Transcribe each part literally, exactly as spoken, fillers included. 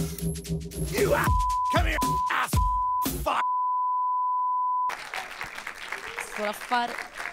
You ass. Come here, ass. Fuck. A fare.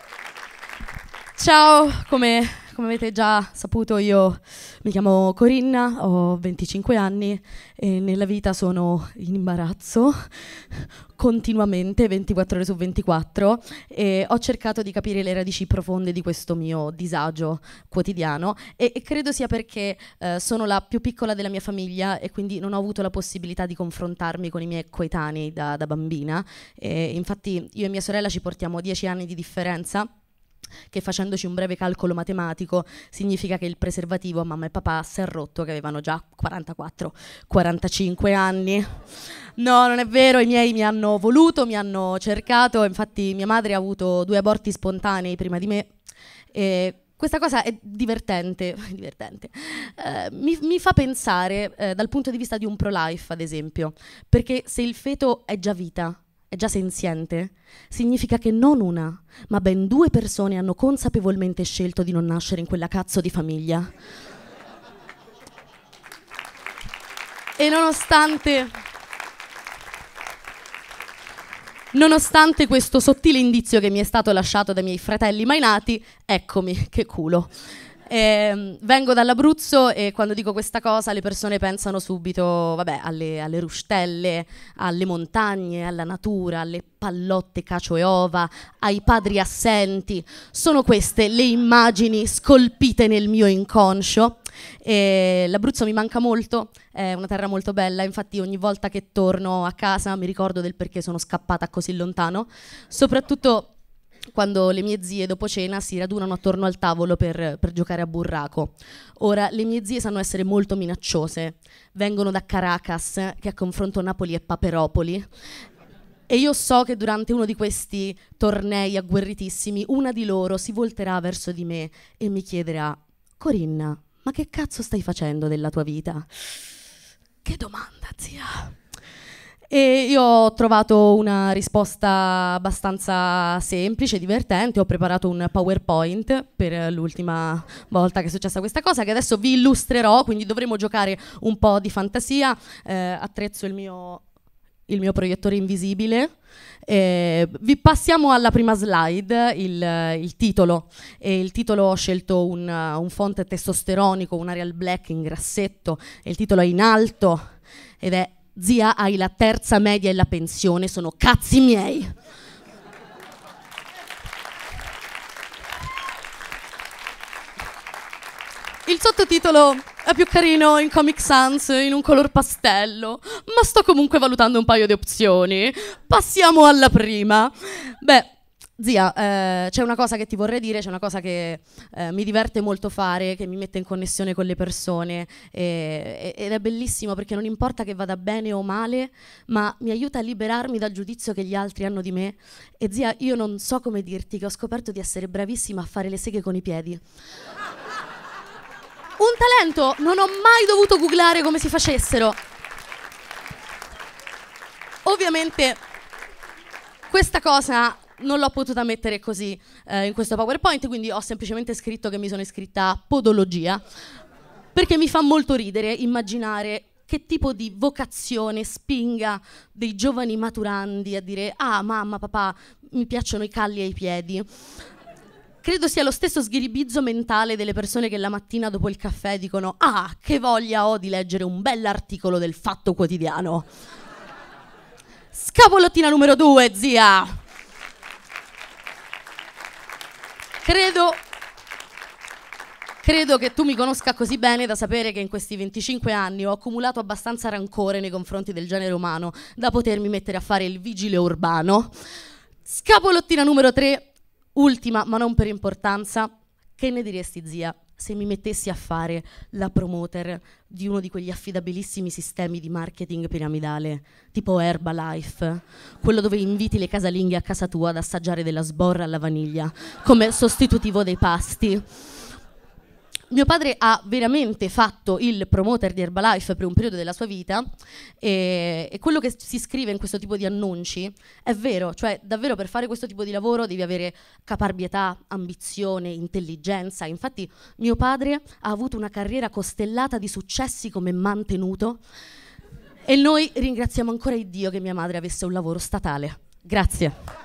Ciao, come, come avete già saputo io mi chiamo Corinna, ho venticinque anni e nella vita sono in imbarazzo continuamente, ventiquattro ore su ventiquattro, e ho cercato di capire le radici profonde di questo mio disagio quotidiano e, e credo sia perché eh, sono la più piccola della mia famiglia e quindi non ho avuto la possibilità di confrontarmi con i miei coetanei da, da bambina. E infatti io e mia sorella ci portiamo dieci anni di differenza, che facendoci un breve calcolo matematico significa che il preservativo a mamma e papà si è rotto che avevano già quarantaquattro quarantacinque anni. No, non è vero, i miei mi hanno voluto, mi hanno cercato, infatti mia madre ha avuto due aborti spontanei prima di me e questa cosa è divertente, divertente. Eh, mi, mi fa pensare eh, dal punto di vista di un pro-life, ad esempio, perché se il feto è già vita, è già senziente, significa che non una, ma ben due persone hanno consapevolmente scelto di non nascere in quella cazzo di famiglia. E nonostante, nonostante questo sottile indizio che mi è stato lasciato dai miei fratelli mai nati, eccomi, che culo. Eh, vengo dall'Abruzzo e quando dico questa cosa le persone pensano subito vabbè, alle, alle ruscelle, alle montagne, alla natura, alle pallotte cacio e ova, ai padri assenti. Sono queste le immagini scolpite nel mio inconscio. E l'Abruzzo mi manca molto, è una terra molto bella, infatti ogni volta che torno a casa mi ricordo del perché sono scappata così lontano, soprattutto quando le mie zie dopo cena si radunano attorno al tavolo per, per giocare a burraco. Ora, le mie zie sanno essere molto minacciose, vengono da Caracas, che a confronto Napoli è Paperopoli, e io so che durante uno di questi tornei agguerritissimi una di loro si volterà verso di me e mi chiederà: Corinna, ma che cazzo stai facendo della tua vita? Che domanda, zia! E io ho trovato una risposta abbastanza semplice, divertente. Ho preparato un PowerPoint per l'ultima volta che è successa questa cosa, che adesso vi illustrerò, quindi dovremo giocare un po' di fantasia. Eh, attrezzo il mio, il mio proiettore invisibile. Eh, vi passiamo alla prima slide, il, il titolo. E il titolo ho scelto un, un font testosteronico, un Arial Black in grassetto, e il titolo è in alto ed è: Zia, hai la terza media e la pensione, sono cazzi miei. Il sottotitolo è più carino in Comic Sans, in un color pastello, ma sto comunque valutando un paio di opzioni. Passiamo alla prima. Beh, zia, eh, c'è una cosa che ti vorrei dire, c'è una cosa che eh, mi diverte molto fare, che mi mette in connessione con le persone e, ed è bellissimo perché non importa che vada bene o male, ma mi aiuta a liberarmi dal giudizio che gli altri hanno di me. E zia, io non so come dirti che ho scoperto di essere bravissima a fare le seghe con i piedi. Un talento, non ho mai dovuto googlare come si facessero. Ovviamente questa cosa non l'ho potuta mettere così eh, in questo PowerPoint, quindi ho semplicemente scritto che mi sono iscritta a podologia, perché mi fa molto ridere immaginare che tipo di vocazione spinga dei giovani maturandi a dire: ah, mamma, papà, mi piacciono i calli ai piedi. Credo sia lo stesso sghiribizzo mentale delle persone che la mattina dopo il caffè dicono: ah, che voglia ho di leggere un bell'articolo del Fatto Quotidiano. Scapolottina numero due, zia. Credo, credo che tu mi conosca così bene da sapere che in questi venticinque anni ho accumulato abbastanza rancore nei confronti del genere umano da potermi mettere a fare il vigile urbano. Scapolottina numero tre, ultima ma non per importanza. Che ne diresti, zia, se mi mettessi a fare la promoter di uno di quegli affidabilissimi sistemi di marketing piramidale, tipo Herbalife, quello dove inviti le casalinghe a casa tua ad assaggiare della sborra alla vaniglia come sostitutivo dei pasti? Mio padre ha veramente fatto il promoter di Herbalife per un periodo della sua vita e, e quello che si scrive in questo tipo di annunci è vero, cioè davvero per fare questo tipo di lavoro devi avere caparbietà, ambizione, intelligenza. Infatti mio padre ha avuto una carriera costellata di successi come mantenuto, E noi ringraziamo ancora il Dio che mia madre avesse un lavoro statale. Grazie.